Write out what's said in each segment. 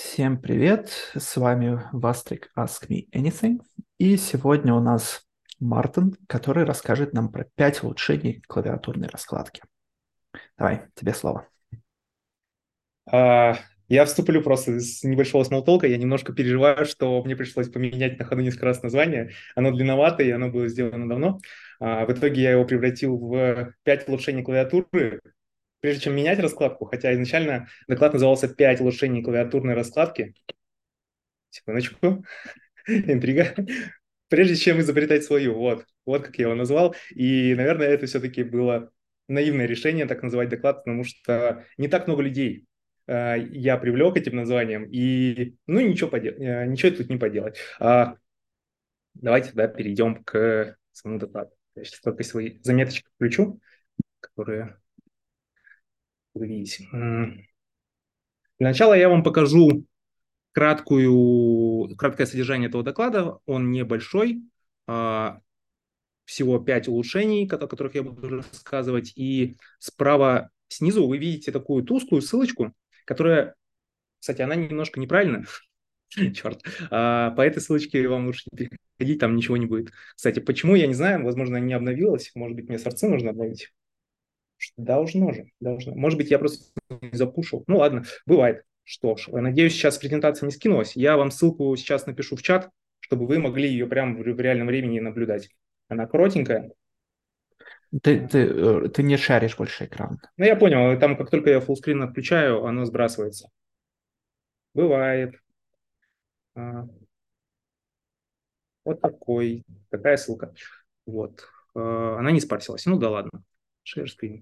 Всем привет, с вами Вастрик Ask Me Anything, и сегодня у нас Мартин, который расскажет нам про 5 улучшений клавиатурной раскладки. Давай, тебе слово. А, Я вступлю просто с небольшого смолтолка. Я немножко переживаю, что мне пришлось поменять на ходу несколько раз название. Оно длинновато, и оно было сделано давно. В итоге я его превратил в 5 улучшений клавиатуры. Прежде чем менять раскладку, хотя изначально доклад назывался «5 улучшений клавиатурной раскладки». Секундочку, интрига. Прежде чем изобретать свою, вот как я его назвал. И, наверное, это все-таки было наивное решение так называть доклад, потому что не так много людей я привлек этим названием, и, ну, ничего тут не поделать. Давайте, да, перейдем к самому докладу. Я сейчас только свои заметочки включу, которые вы видите. Для начала я вам покажу краткое содержание этого доклада. Он небольшой, а, всего 5 улучшений, о которых я буду рассказывать. И справа снизу вы видите такую тусклую ссылочку, которая, кстати, она немножко неправильная. Черт. По этой ссылочке вам лучше не переходить, там ничего не будет. Кстати, почему, я не знаю, возможно, она не обновилась. Может быть, мне сорцы нужно обновить. Должно же, должно. Может быть, я просто не запушил. Ну ладно, бывает. Что ж, надеюсь, сейчас презентация не скинулась. Я вам ссылку сейчас напишу в чат, чтобы вы могли ее прямо в реальном времени наблюдать. Она коротенькая. Ты не шаришь больше экран. Ну, я понял, там как только я фуллскрин отключаю, оно сбрасывается. Бывает. А, Вот такая ссылка. Вот. Она не спарсилась. Ну да ладно. Share screen.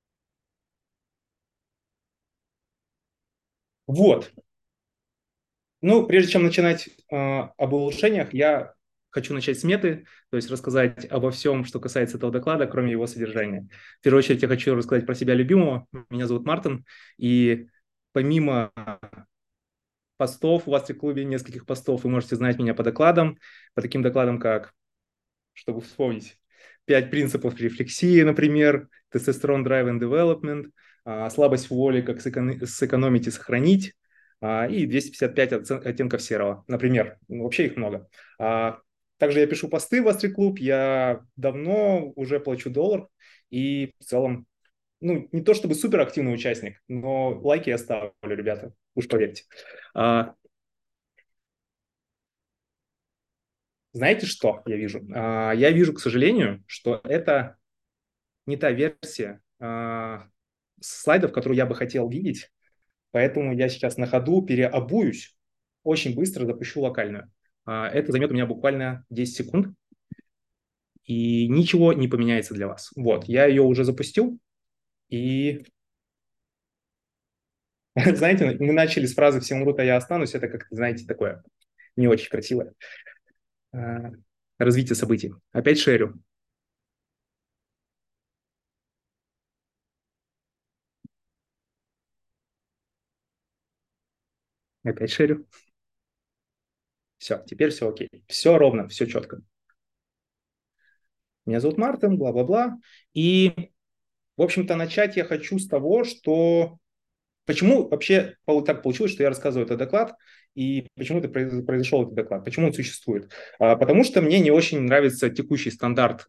Вот. Ну, прежде чем начинать об улучшениях, я хочу начать с меты, то есть рассказать обо всем, что касается этого доклада, кроме его содержания. В первую очередь я хочу рассказать про себя любимого. Меня зовут Мартин, и помимо постов в Астри-клубе, нескольких постов, вы можете знать меня по докладам, по таким докладам, как, чтобы вспомнить, 5 принципов рефлексии, например, тестостерон drive and development, слабость воли, как сэкономить и сохранить, и 255 оттенков серого, например. Ну, вообще их много. Также я пишу посты в Астри-клуб, я давно уже плачу $1, и в целом, ну, не то чтобы супер активный участник, но лайки я ставлю, ребята, уж поверьте. А, Знаете, что я вижу? Я вижу, к сожалению, что это не та версия слайдов, которую я бы хотел видеть, поэтому я сейчас на ходу переобуюсь, очень быстро запущу локальную. Это займет у меня буквально 10 секунд, и ничего не поменяется для вас. Вот, я ее уже запустил, и, знаете, мы начали с фразы «все умрут, а я останусь». Это как-то, знаете, такое не очень красивое а, развитие событий. Опять шерю. Опять шерю. Все, теперь все окей. Все ровно, все четко. Меня зовут Мартин, бла-бла-бла. И, в общем-то, начать я хочу с того, что почему вообще так получилось, что я рассказываю этот доклад, и почему это произошел этот доклад, почему он существует. Потому что мне не очень нравится текущий стандарт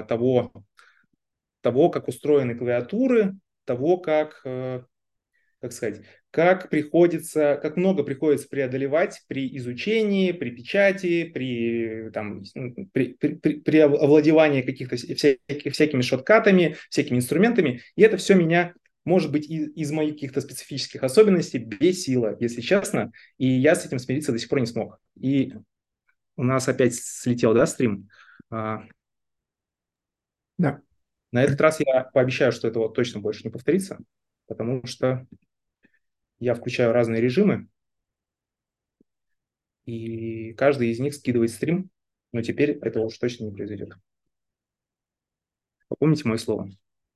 того, как устроены клавиатуры, того, как сказать, как много приходится преодолевать при изучении, при печати, при овладевании каких-то всякими шоткатами, всякими инструментами. И это все меня, может быть, из моих каких-то специфических особенностей бесило, если честно. И я с этим смириться до сих пор не смог. И у нас опять слетел, да, стрим. А, Да. На этот раз я пообещаю, что этого точно больше не повторится, потому что я включаю разные режимы, и каждый из них скидывает стрим, но теперь этого уж точно не произойдет. Помните мое слово?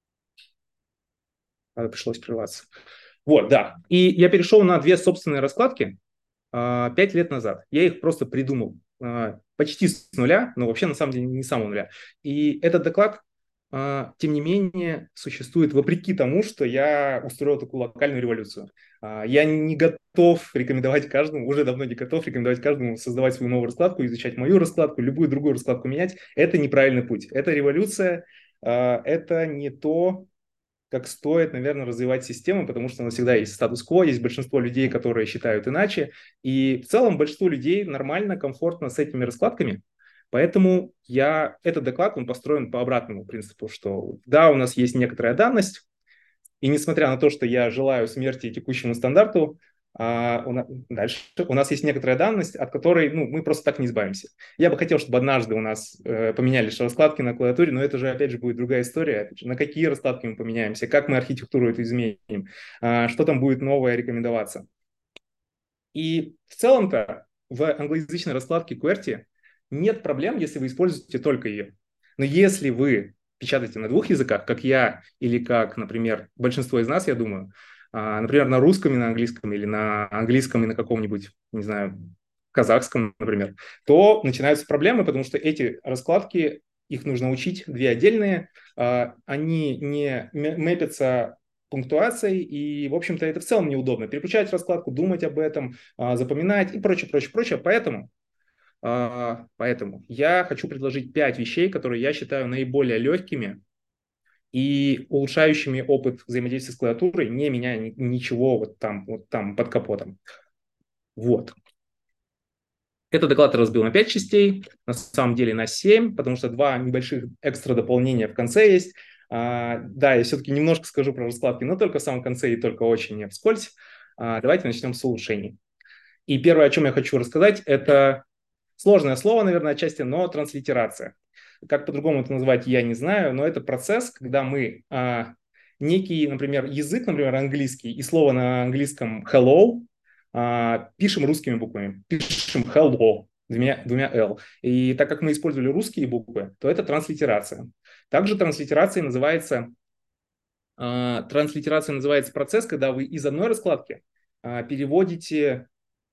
Пришлось прерваться. Вот, да. И я перешел на две собственные раскладки 5 лет назад. Я их просто придумал почти с нуля, но вообще на самом деле не с самого нуля. И этот доклад тем не менее, существует вопреки тому, что я устроил такую локальную революцию. Я не готов рекомендовать каждому, уже давно не готов рекомендовать каждому создавать свою новую раскладку, изучать мою раскладку, любую другую раскладку менять. Это неправильный путь. Это революция, это не то, как стоит, наверное, развивать систему, потому что у нас всегда есть статус-кво, есть большинство людей, которые считают иначе, и в целом большинство людей нормально, комфортно с этими раскладками. Поэтому этот доклад, он построен по обратному принципу, что да, у нас есть некоторая данность, и несмотря на то, что я желаю смерти текущему стандарту, дальше у нас есть некоторая данность, от которой мы просто так не избавимся. Я бы хотел, чтобы однажды у нас поменялись раскладки на клавиатуре, но это же, опять же, будет другая история. Опять же, на какие раскладки мы поменяемся, как мы архитектуру эту изменим, что там будет новое рекомендоваться. И в целом-то в англоязычной раскладке QWERTY нет проблем, если вы используете только ее. Но если вы печатаете на двух языках, как я или как, например, большинство из нас, я думаю, например, на русском и на английском, или на английском и на каком-нибудь, не знаю, казахском, например, то начинаются проблемы, потому что эти раскладки, их нужно учить, две отдельные, они не мэпятся пунктуацией, и, в общем-то, это в целом неудобно. Переключать раскладку, думать об этом, запоминать и прочее, прочее, прочее. Поэтому я хочу предложить 5 вещей, которые я считаю наиболее легкими и улучшающими опыт взаимодействия с клавиатурой, не меняя ничего вот там под капотом. Вот. Этот доклад я разбил на 5 частей, на самом деле на 7, потому что 2 небольших экстра дополнения в конце есть. Да, я все-таки немножко скажу про раскладки, но только в самом конце и только очень не вскользь. Давайте начнем с улучшений. И первое, о чем я хочу рассказать, это сложное слово, наверное, отчасти, но транслитерация. Как по-другому это назвать, я не знаю, но это процесс, когда мы некий, например, язык, например, английский, и слово на английском hello пишем русскими буквами. Пишем hello двумя L. И так как мы использовали русские буквы, то это транслитерация. Также транслитерация называется процесс, когда вы из одной раскладки переходите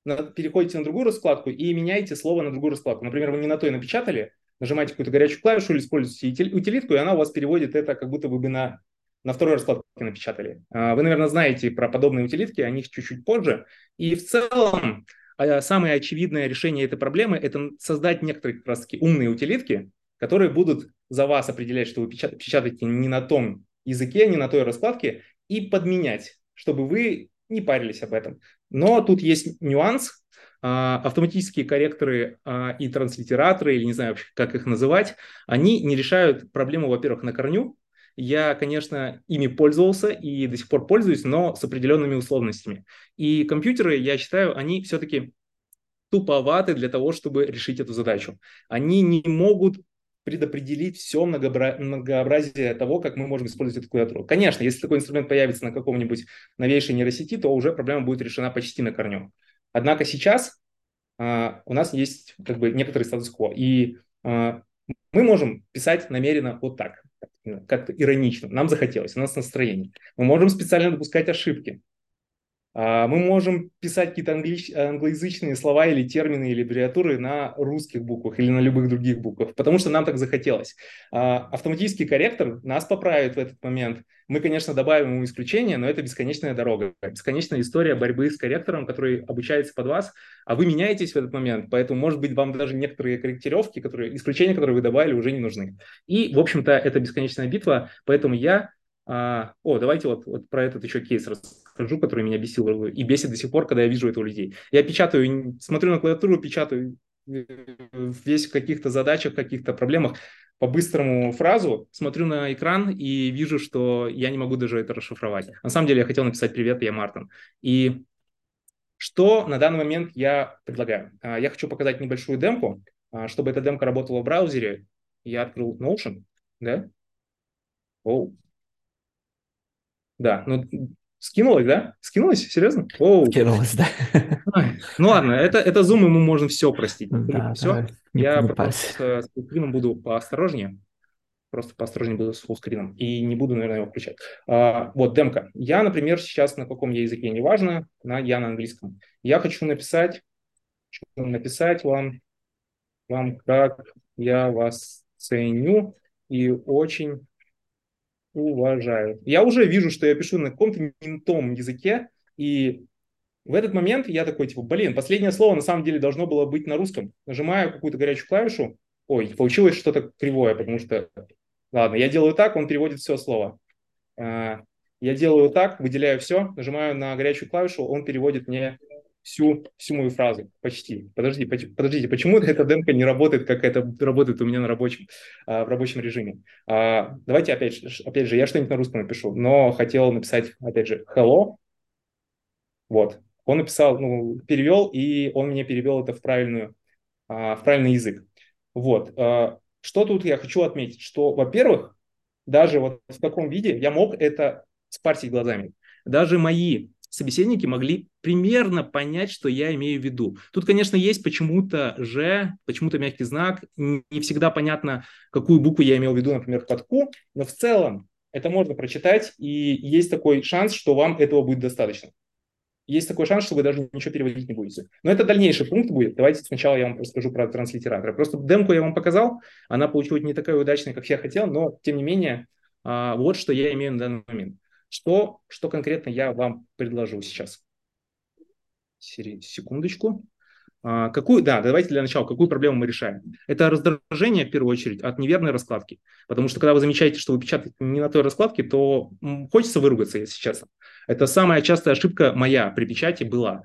на другую раскладку и меняете слово на другую раскладку. Например, вы не на той напечатали, нажимаете какую-то горячую клавишу или используете утилитку, и она у вас переводит это, как будто вы бы на второй раскладке напечатали. Вы, наверное, знаете про подобные утилитки, о них чуть-чуть позже. И в целом самое очевидное решение этой проблемы – это создать некоторые как раз-таки умные утилитки, которые будут за вас определять, что вы печатаете не на том языке, не на той раскладке, и подменять, чтобы вы не парились об этом. Но тут есть нюанс. Автоматические корректоры и транслитераторы, или не знаю, как их называть, они не решают проблему, во-первых, на корню. Я, конечно, ими пользовался и до сих пор пользуюсь, но с определенными условностями. И компьютеры, я считаю, они все-таки туповаты для того, чтобы решить эту задачу. Они не могут предопределить все многообразие того, как мы можем использовать эту клавиатуру. Конечно, если такой инструмент появится на каком-нибудь новейшей нейросети, то уже проблема будет решена почти на корню. Однако сейчас у нас есть как бы некоторый статус-кво, и мы можем писать намеренно вот так, как-то иронично. Нам захотелось, у нас настроение. Мы можем специально допускать ошибки. Мы можем писать какие-то англоязычные слова или термины или аббревиатуры на русских буквах или на любых других буквах, потому что нам так захотелось. Автоматический корректор нас поправит в этот момент. Мы, конечно, добавим ему исключения, но это бесконечная дорога, бесконечная история борьбы с корректором, который обучается под вас, а вы меняетесь в этот момент, поэтому, может быть, вам даже некоторые корректировки, исключения, которые вы добавили, уже не нужны. И, в общем-то, это бесконечная битва, поэтому давайте вот про этот еще кейс расскажу, который меня бесил и бесит до сих пор, когда я вижу это у людей. Я печатаю, смотрю на клавиатуру, печатаю весь в каких-то задачах, каких-то проблемах, по-быстрому фразу, смотрю на экран и вижу, что я не могу даже это расшифровать. На самом деле я хотел написать «Привет, я Мартин». И что на данный момент я предлагаю? Я хочу показать небольшую демку, чтобы эта демка работала в браузере. Я открыл Notion, да? Оу. Да, ну скинулось, да? Скинулось? Серьезно? Оу. Кинулось, да? Ну ладно, это Zoom, ему можно все простить. Да, Все. давай, Я не просто парься. с фуллскрином буду поосторожнее. Просто поосторожнее буду с фуллскрином. И не буду, наверное, его включать. Вот, демка. Я, например, сейчас на каком я языке, неважно, я на английском. Я хочу написать вам, как я вас ценю и очень Уважаю. Я уже вижу, что я пишу на каком-то не том языке, и в этот момент я такой, типа, блин, последнее слово на самом деле должно было быть на русском. Нажимаю какую-то горячую клавишу, ой, получилось что-то кривое, потому что, ладно, я делаю так, он переводит все слово. Я делаю так, выделяю все, нажимаю на горячую клавишу, он переводит мне всю мою фразу, почти. Подождите, почему эта демка не работает, как это работает у меня на в рабочем режиме? Давайте опять же, я что-нибудь на русском напишу, но хотел написать, опять же, hello, вот. Он написал, ну, перевел, и он мне перевел это в правильный язык. Вот. Что тут я хочу отметить, что, во-первых, даже вот в таком виде я мог это спарсить глазами. Даже мои собеседники могли примерно понять, что я имею в виду. Тут, конечно, есть почему-то почему-то мягкий знак. Не всегда понятно, какую букву я имел в виду, например, под «ку», но в целом это можно прочитать, и есть такой шанс, что вам этого будет достаточно. Есть такой шанс, что вы даже ничего переводить не будете. Но это дальнейший пункт будет. Давайте сначала я вам расскажу про транслитератора. Просто демку я вам показал, она получилась не такая удачная, как я хотел, но тем не менее, вот что я имею на данный момент. Что конкретно я вам предложу сейчас? Секундочку. Давайте для начала, какую проблему мы решаем? Это раздражение, в первую очередь, от неверной раскладки. Потому что, когда вы замечаете, что вы печатаете не на той раскладке, то хочется выругаться, если честно. Это самая частая ошибка моя при печати была.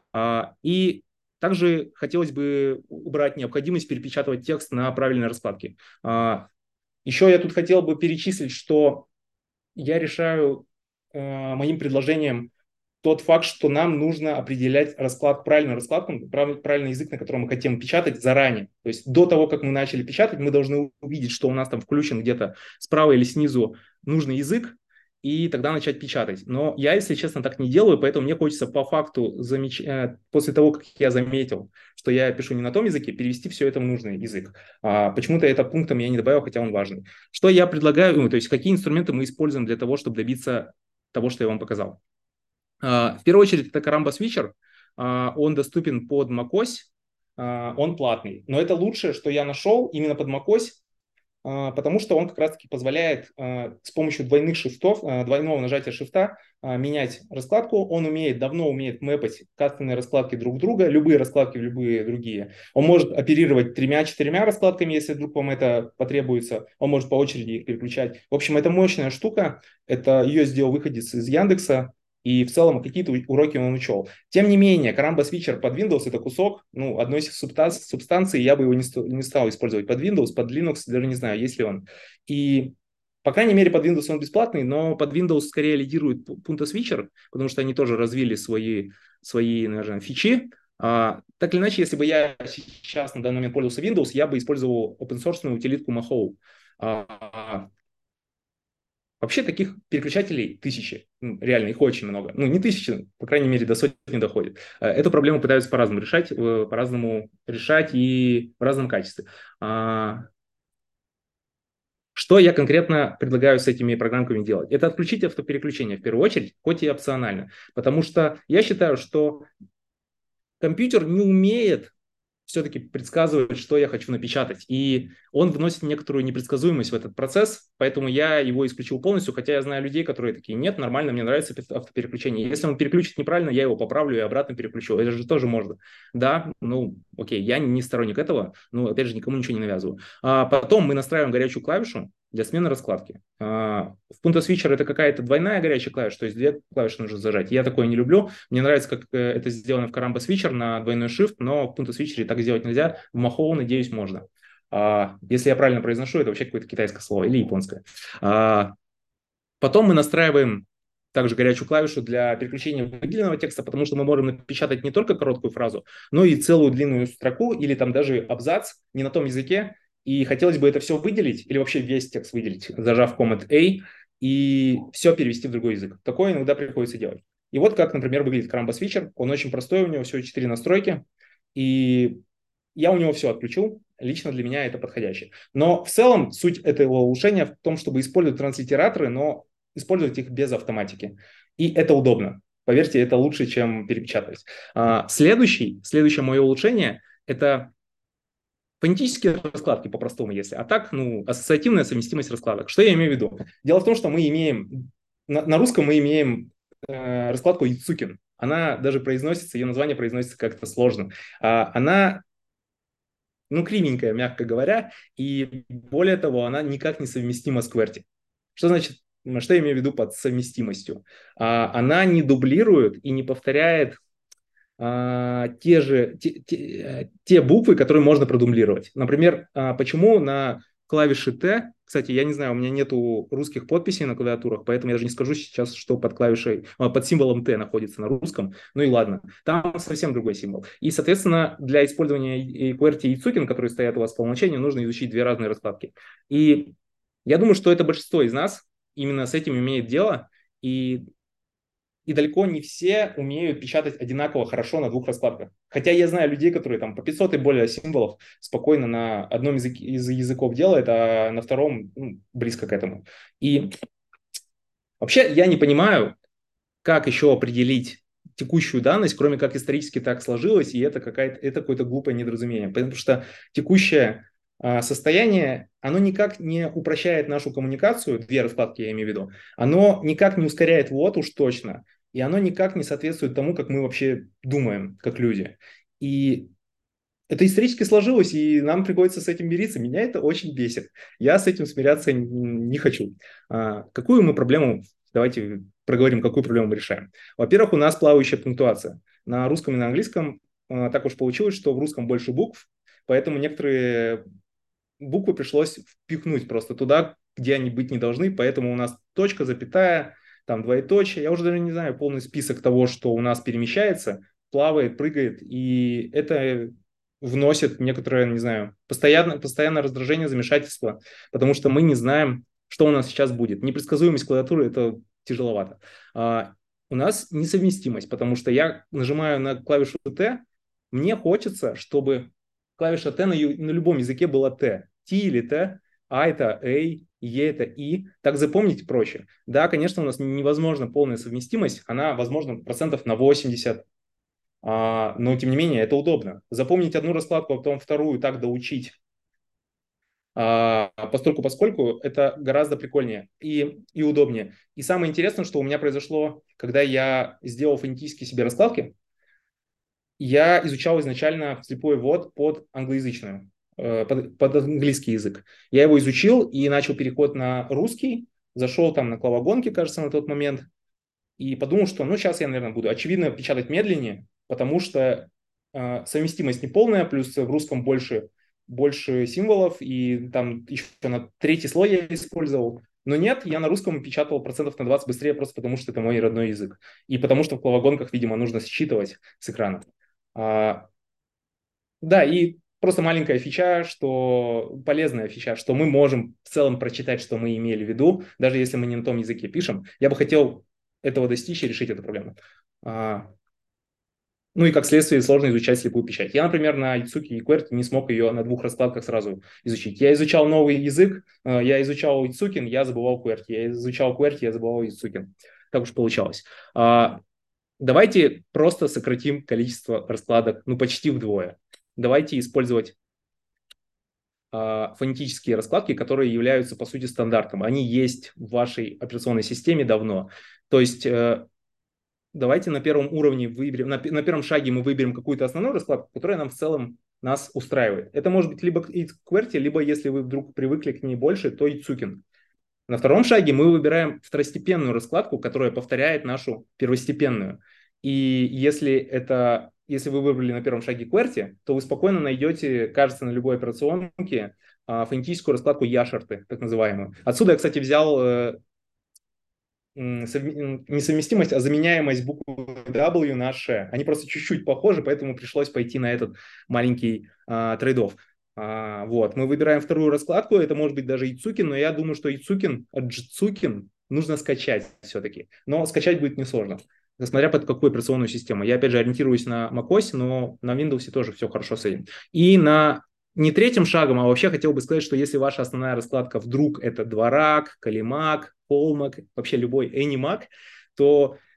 И также хотелось бы убрать необходимость перепечатывать текст на правильной раскладке. Еще я тут хотел бы перечислить, что я решаю моим предложением тот факт, что нам нужно определять правильную раскладку, правильный язык, на котором мы хотим печатать заранее. То есть до того, как мы начали печатать, мы должны увидеть, что у нас там включен где-то справа или снизу нужный язык, и тогда начать печатать. Но я, если честно, так не делаю, поэтому мне хочется по факту, после того, как я заметил, что я пишу не на том языке, перевести все это в нужный язык. Почему-то это пунктом я не добавил, хотя он важный. Что я предлагаю, то есть какие инструменты мы используем для того, чтобы добиться того, что я вам показал. В первую очередь, это Karamba Switcher. Он доступен под macOS, он платный. Но это лучшее, что я нашел именно под macOS, потому что он как раз-таки позволяет с помощью двойных шрифтов, двойного нажатия шрифта менять раскладку. Он давно умеет мэпать кастомные раскладки друг друга, любые раскладки в любые другие. Он может оперировать 3-4 раскладками, если вдруг вам это потребуется. Он может по очереди их переключать. В общем, это мощная штука. Ее сделал выходец из Яндекса. И в целом какие-то уроки он учел. Тем не менее, Karamba Switcher под Windows это кусок, одной из субстанций, я бы его не стал использовать под Windows, под Linux, даже не знаю, есть ли он. И, по крайней мере, под Windows он бесплатный, но под Windows скорее лидирует Punto Switcher, потому что они тоже развили свои наверное, фичи. Так или иначе, если бы я сейчас на данный момент пользовался Windows, я бы использовал open-source утилитку Mahow. Вообще таких переключателей тысячи, реально их очень много. Не тысячи, по крайней мере, до сотни доходит. Эту проблему пытаются по-разному решать и в разном качестве. Что я конкретно предлагаю с этими программками делать? Это отключить автопереключение в первую очередь, хоть и опционально. Потому что я считаю, что компьютер не умеет все-таки предсказывать, что я хочу напечатать. И он вносит некоторую непредсказуемость в этот процесс, поэтому я его исключил полностью, хотя я знаю людей, которые такие, нет, нормально, мне нравится автопереключение. Если он переключит неправильно, я его поправлю и обратно переключу. Это же тоже можно. Да, окей, я не сторонник этого, но, опять же, никому ничего не навязываю. Потом мы настраиваем горячую клавишу для смены раскладки. В Punto Switcher это какая-то двойная горячая клавиша, то есть две клавиши нужно зажать. Я такое не люблю. Мне нравится, как это сделано в Karamba Switcher на двойной shift, но в Punto Switcher так сделать нельзя. В Mahow, надеюсь, можно. Если я правильно произношу, это вообще какое-то китайское слово или японское. Потом мы настраиваем также горячую клавишу для переключения выделенного текста, потому что мы можем напечатать не только короткую фразу, но и целую длинную строку или там даже абзац не на том языке. И хотелось бы это все выделить или вообще весь текст выделить, зажав Command-A и все перевести в другой язык. Такое иногда приходится делать. И вот как, например, выглядит Karamba Switcher. Он очень простой, у него всего 4 настройки. И я у него все отключил. Лично для меня это подходящее. Но в целом суть этого улучшения в том, чтобы использовать транслитераторы, но использовать их без автоматики. И это удобно. Поверьте, это лучше, чем перепечатывать. Следующее мое улучшение – это Фонетические раскладки по-простому, если. А так, ну, ассоциативная совместимость раскладок. Что я имею в виду? Дело в том, что мы имеем, на русском мы имеем раскладку Яцукин. Она даже произносится, ее название произносится как-то сложно. Она, ну, кривенькая, мягко говоря, и более того, она никак не совместима с QWERTY. Что значит, что я имею в виду под совместимостью? Она не дублирует и не повторяет те буквы, которые можно продублировать. Например, почему на клавише Т, кстати, я не знаю, у меня нету русских подписей на клавиатурах, поэтому я даже не скажу сейчас, что под клавишей, под символом Т находится на русском. Ну и ладно, там совсем другой символ. И, соответственно, для использования и QWERTY и Цукин, которые стоят у вас по умолчанию, нужно изучить две разные раскладки. И я думаю, что это большинство из нас именно с этим имеет дело, и далеко не все умеют печатать одинаково хорошо на двух раскладках. Хотя я знаю людей, которые там по 500 и более символов спокойно на одном из языков делают, а на втором близко к этому. И вообще я не понимаю, как еще определить текущую данность, кроме как исторически так сложилось, и это какое-то глупое недоразумение. Потому что текущее состояние, оно никак не упрощает нашу коммуникацию, две раскладки я имею в виду, оно никак не ускоряет вот уж точно, и оно никак не соответствует тому, как мы вообще думаем, как люди. И это исторически сложилось, и нам приходится с этим мириться. Меня это очень бесит. Я с этим смиряться не хочу. Какую мы проблему, давайте проговорим, какую проблему мы решаем. Во-первых, у нас плавающая пунктуация. На русском и на английском так уж получилось, что в русском больше букв, поэтому некоторые буквы пришлось впихнуть просто туда, где они быть не должны, поэтому у нас точка, запятая, там двоеточие. Я уже даже не знаю полный список того, что у нас перемещается, плавает, прыгает, и это вносит некоторое, не знаю, постоянное раздражение, замешательство, потому что мы не знаем, что у нас сейчас будет. Непредсказуемость клавиатуры – это тяжеловато. У нас несовместимость, потому что я нажимаю на клавишу Т, мне хочется, чтобы клавиша Т на любом языке была Т. Т или Т, А это А, Е это И. Так запомнить проще. Да, конечно, у нас невозможна полная совместимость, она возможна процентов на 80, но тем не менее это удобно. Запомнить одну раскладку, а потом вторую, так доучить поскольку это гораздо прикольнее и удобнее. И самое интересное, что у меня произошло, когда я сделал фонетические себе раскладки, я изучал изначально слепой ввод под англоязычную, под английский язык. Я его изучил и начал переход на русский, зашел там на клавогонки, кажется, на тот момент, и подумал, что ну сейчас я, наверное, буду очевидно печатать медленнее, потому что совместимость неполная, плюс в русском больше символов, и там еще на третий слой я использовал. Но нет, я на русском печатал процентов на 20 быстрее, просто потому что это мой родной язык. И потому что в клавогонках, видимо, нужно считывать с экрана. А, да, и просто маленькая фича, что полезная фича, что мы можем в целом прочитать, что мы имели в виду, даже если мы не на том языке пишем. Я бы хотел этого достичь и решить эту проблему. Ну и как следствие сложно изучать слепую печать. Я, например, на Ицуке и QWERTY не смог ее на двух раскладках сразу изучить. Я изучал новый язык, я изучал Ицукин, я забывал QWERTY. Я изучал QWERTY, я забывал Ицукин. Так уж получалось. Давайте просто сократим количество раскладок, ну почти вдвое. Давайте использовать фонетические раскладки, которые являются, по сути, стандартом. Они есть в вашей операционной системе давно. То есть давайте на первом уровне выберем, на первом шаге мы выберем какую-то основную раскладку, которая нам в целом нас устраивает. Это может быть либо QWERTY, либо если вы вдруг привыкли к ней больше, то и Цукин. На втором шаге мы выбираем второстепенную раскладку, которая повторяет нашу первостепенную. И если вы выбрали на первом шаге QWERTY, то вы спокойно найдете, кажется, на любой операционке фонетическую раскладку Яшарты, так называемую. Отсюда я, кстати, взял несовместимость, а заменяемость буквы W на Ш. Они просто чуть-чуть похожи, поэтому пришлось пойти на этот маленький трейд-офф. Вот. Мы выбираем вторую раскладку, это может быть даже Ицукин, но я думаю, что Ицукин, Джцукин нужно скачать все-таки. Но скачать будет несложно, смотря под какую операционную систему. Я, опять же, ориентируюсь на macOS, но на Windows тоже все хорошо с этим. И на не третьим шагом, а вообще хотел бы сказать, что если ваша основная раскладка вдруг это Дворак, Калимак, Холмак, вообще любой Энимак, то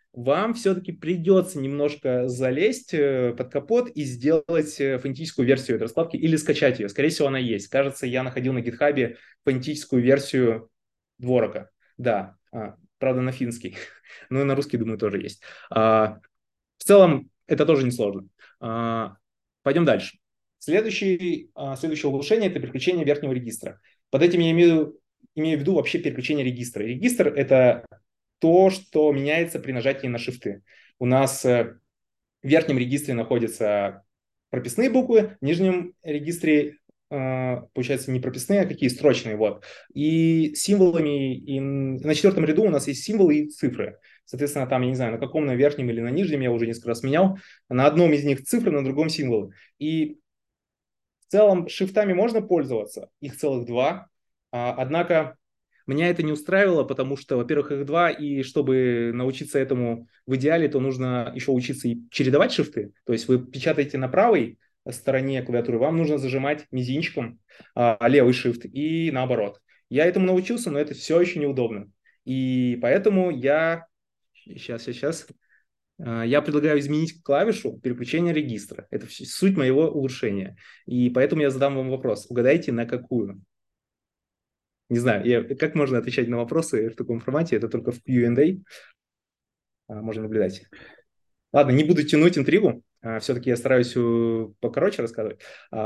вам все-таки придется немножко залезть под капот и сделать фонетическую версию этой раскладки или скачать ее. Скорее всего, она есть. Кажется, я находил на GitHub фонетическую версию Дворока. Да, правда, на финский. Ну и на русский, думаю, тоже есть. В целом, это тоже несложно. Пойдем дальше. Следующее улучшение – это переключение верхнего регистра. Под этим я имею в виду вообще переключение регистра. Регистр – это то, что меняется при нажатии на шифты. У нас в верхнем регистре находятся прописные буквы, в нижнем регистре получается не прописные, а какие строчные. Вот. И символами, и на четвертом ряду у нас есть символы и цифры. Соответственно, там, я не знаю, на каком, на верхнем или на нижнем, я уже несколько раз менял. На одном из них цифры, на другом символы. И в целом шифтами можно пользоваться, их целых два. Однако меня это не устраивало, потому что, во-первых, их два, и чтобы научиться этому в идеале, то нужно еще учиться и чередовать шифты. То есть вы печатаете на правой стороне клавиатуры, вам нужно зажимать мизинчиком левый шифт и наоборот. Я этому научился, но это все еще неудобно. И поэтому я... Сейчас. Я предлагаю изменить клавишу переключения регистра. Это суть моего улучшения. И поэтому я задам вам вопрос. Угадайте, на какую? Не знаю, как можно отвечать на вопросы в таком формате? Это только в Q&A можно наблюдать. Ладно, не буду тянуть интригу. Все-таки я стараюсь покороче рассказывать.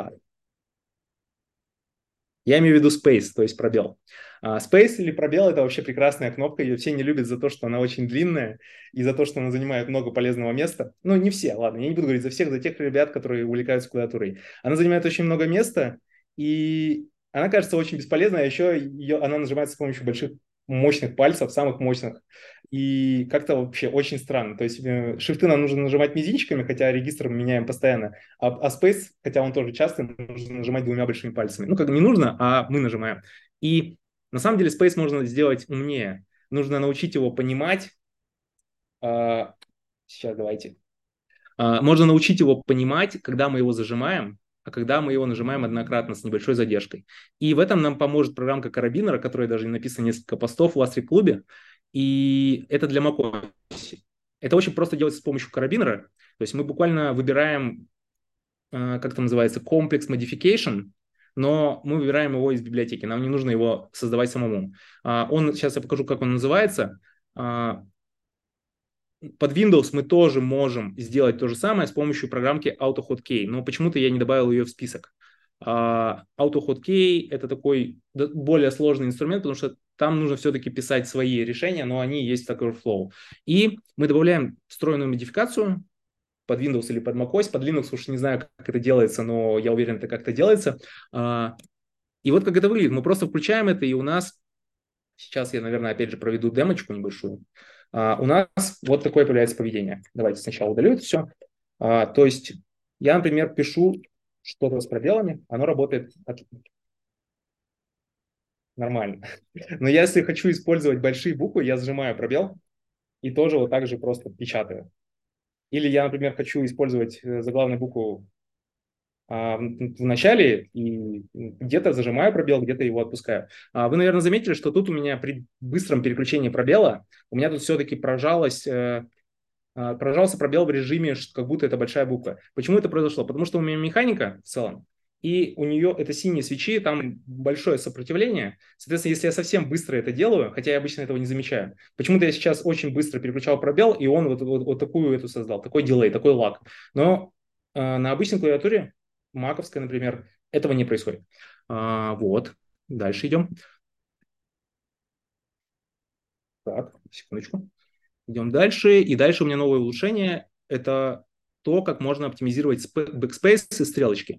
Я имею в виду space, то есть пробел. Space или пробел – это вообще прекрасная кнопка. Ее все не любят за то, что она очень длинная и за то, что она занимает много полезного места. Ну, не все, ладно, я не буду говорить за всех, за тех ребят, которые увлекаются клавиатурой. Она занимает очень много места, и она кажется очень бесполезной, а еще она нажимается с помощью больших мощных пальцев, самых мощных. И как-то вообще очень странно. То есть шифты нам нужно нажимать мизинчиками, хотя регистр мы меняем постоянно. А Space, хотя он тоже часто, нужно нажимать двумя большими пальцами. Ну, как не нужно, а мы нажимаем. И на самом деле Space можно сделать умнее. Нужно научить его понимать. Сейчас давайте. Можно научить его понимать, когда мы его зажимаем, а когда мы его нажимаем однократно с небольшой задержкой. И в этом нам поможет программка Карабинера, которая даже написано несколько постов в Astric-клубе. И это для macOS. Это очень просто делается с помощью Карабинера. То есть мы буквально выбираем, как это называется, комплекс modification, но мы выбираем его из библиотеки. Нам не нужно его создавать самому. Сейчас я покажу, как он называется. Под Windows мы тоже можем сделать то же самое с помощью программки AutoHotkey, но почему-то я не добавил ее в список. AutoHotkey – это такой более сложный инструмент, потому что там нужно все-таки писать свои решения, но они есть в Stack Overflow. И мы добавляем встроенную модификацию под Windows или под macOS. Под Linux уж не знаю, как это делается, но я уверен, это как-то делается. И вот как это выглядит. Мы просто включаем это, и у нас… Сейчас я, наверное, опять же проведу демочку небольшую. У нас вот такое появляется поведение. Давайте сначала удалю это все. То есть я, например, пишу что-то с пробелами, оно работает нормально. Но если хочу использовать большие буквы, я сжимаю пробел и тоже вот так же просто печатаю. Или я, например, хочу использовать заглавную букву в начале и где-то зажимаю пробел, где-то его отпускаю. Вы, наверное, заметили, что тут у меня при быстром переключении пробела у меня тут все-таки прожался пробел в режиме, как будто это большая буква. Почему это произошло? Потому что у меня механика в целом, и у нее это синие свечи, там большое сопротивление. Соответственно, если я совсем быстро это делаю, хотя я обычно этого не замечаю, почему-то я сейчас очень быстро переключал пробел, и он вот такую эту создал, такой дилей, такой лаг. Но на обычной клавиатуре, маковской, например, этого не происходит. Вот, дальше идем. Так, секундочку. Идем дальше. И дальше у меня новое улучшение. Это то, как можно оптимизировать backspace и стрелочки.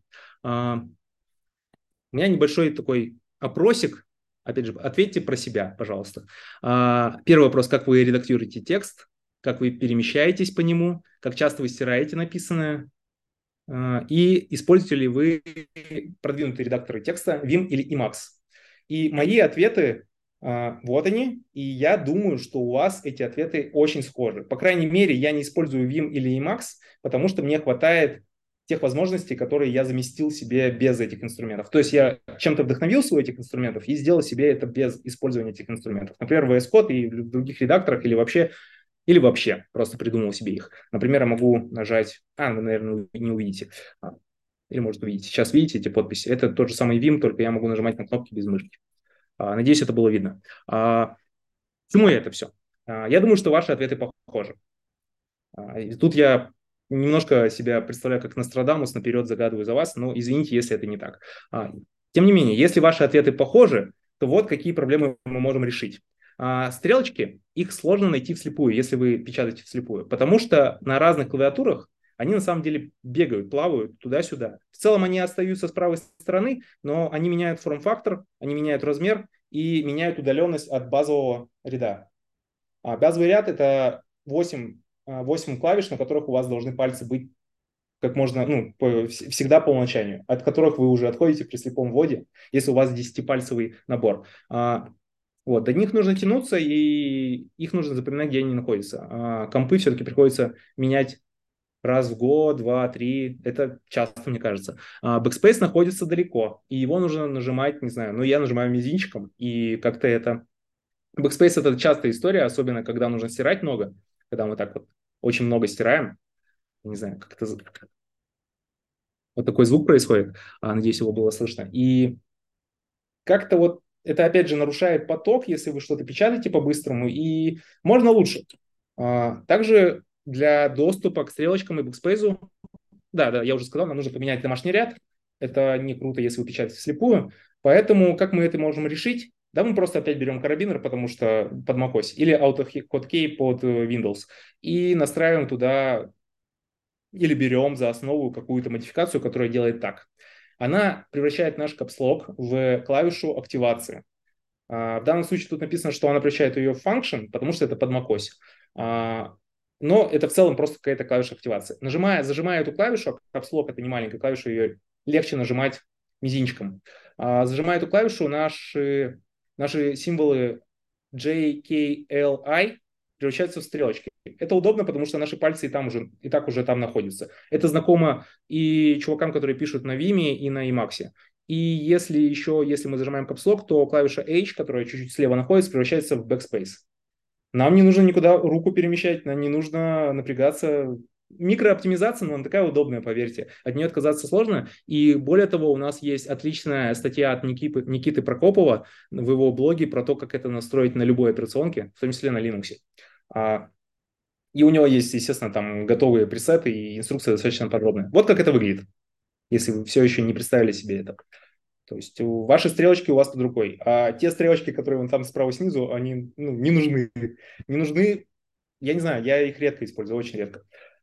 У меня небольшой такой опросик. Опять же, ответьте про себя, пожалуйста. Первый вопрос. Как вы редактируете текст? Как вы перемещаетесь по нему? Как часто вы стираете написанное? И используете ли вы продвинутые редакторы текста Vim или Emacs? И мои ответы вот они, и я думаю, что у вас эти ответы очень схожи. По крайней мере, я не использую Vim или Emacs, потому что мне хватает тех возможностей, которые я заместил себе без этих инструментов. То есть я чем-то вдохновился у этих инструментов и сделал себе это без использования этих инструментов. Например, в VS Code и в других редакторах или вообще Или вообще просто придумал себе их. Например, я могу нажать... вы, наверное, не увидите. Или, может, увидите. Сейчас видите эти подписи? Это тот же самый Vim, только я могу нажимать на кнопки без мышки. Надеюсь, это было видно. Почему это все? Я думаю, что ваши ответы похожи. И тут я немножко себя представляю как Нострадамус, наперед загадываю за вас, но извините, если это не так. Тем не менее, если ваши ответы похожи, то вот какие проблемы мы можем решить. Стрелочки, их сложно найти вслепую, если вы печатаете вслепую, потому что на разных клавиатурах они на самом деле бегают, плавают туда-сюда. В целом они остаются с правой стороны, но они меняют форм-фактор, они меняют размер и меняют удаленность от базового ряда. Базовый ряд – это 8 клавиш, на которых у вас должны пальцы быть как можно, всегда по умолчанию, от которых вы уже отходите при слепом вводе, если у вас 10-пальцевый набор. До них нужно тянуться, и их нужно запоминать, где они находятся. Компы все-таки приходится менять раз в год, два, три. Это часто, мне кажется. Backspace находится далеко, и его нужно нажимать, не знаю, я нажимаю мизинчиком, и как-то это... Backspace — это частая история, особенно когда нужно стирать много, когда мы так вот очень много стираем. Не знаю, как это... Вот такой звук происходит. Надеюсь, его было слышно. И как-то вот это, опять же, нарушает поток, если вы что-то печатаете по-быстрому, и можно лучше. Также для доступа к стрелочкам и бэкспейсу, да, я уже сказал, нам нужно поменять домашний ряд. Это не круто, если вы печатаете вслепую. Поэтому как мы это можем решить? Да, мы просто опять берем карабинер, потому что под macOS, или AutoHotkey под Windows, и настраиваем туда, или берем за основу какую-то модификацию, которая делает так. Она превращает наш капслок в клавишу активации. В данном случае тут написано, что она превращает ее в function, потому что это под macOS. Но это в целом просто какая-то клавиша активации. Зажимая эту клавишу, капслок — это не маленькая клавиша, ее легче нажимать мизинчиком. Зажимая эту клавишу, наши символы J, K, L, I превращаются в стрелочки. Это удобно, потому что наши пальцы и так уже там находятся. Это знакомо и чувакам, которые пишут на Vim и на Emacs. И если мы зажимаем капслок, то клавиша H, которая чуть-чуть слева находится, превращается в backspace. Нам не нужно никуда руку перемещать, нам не нужно напрягаться. Микрооптимизация, но она такая удобная, поверьте. От нее отказаться сложно. И более того, у нас есть отличная статья от Никиты Прокопова в его блоге про то, как это настроить на любой операционке, в том числе на Linux. И у него есть, естественно, там готовые пресеты и инструкция достаточно подробная. Вот как это выглядит, если вы все еще не представили себе это. То есть ваши стрелочки у вас под рукой, а те стрелочки, которые вон там справа снизу, они не нужны. Не нужны, я не знаю, я их редко использую, очень редко.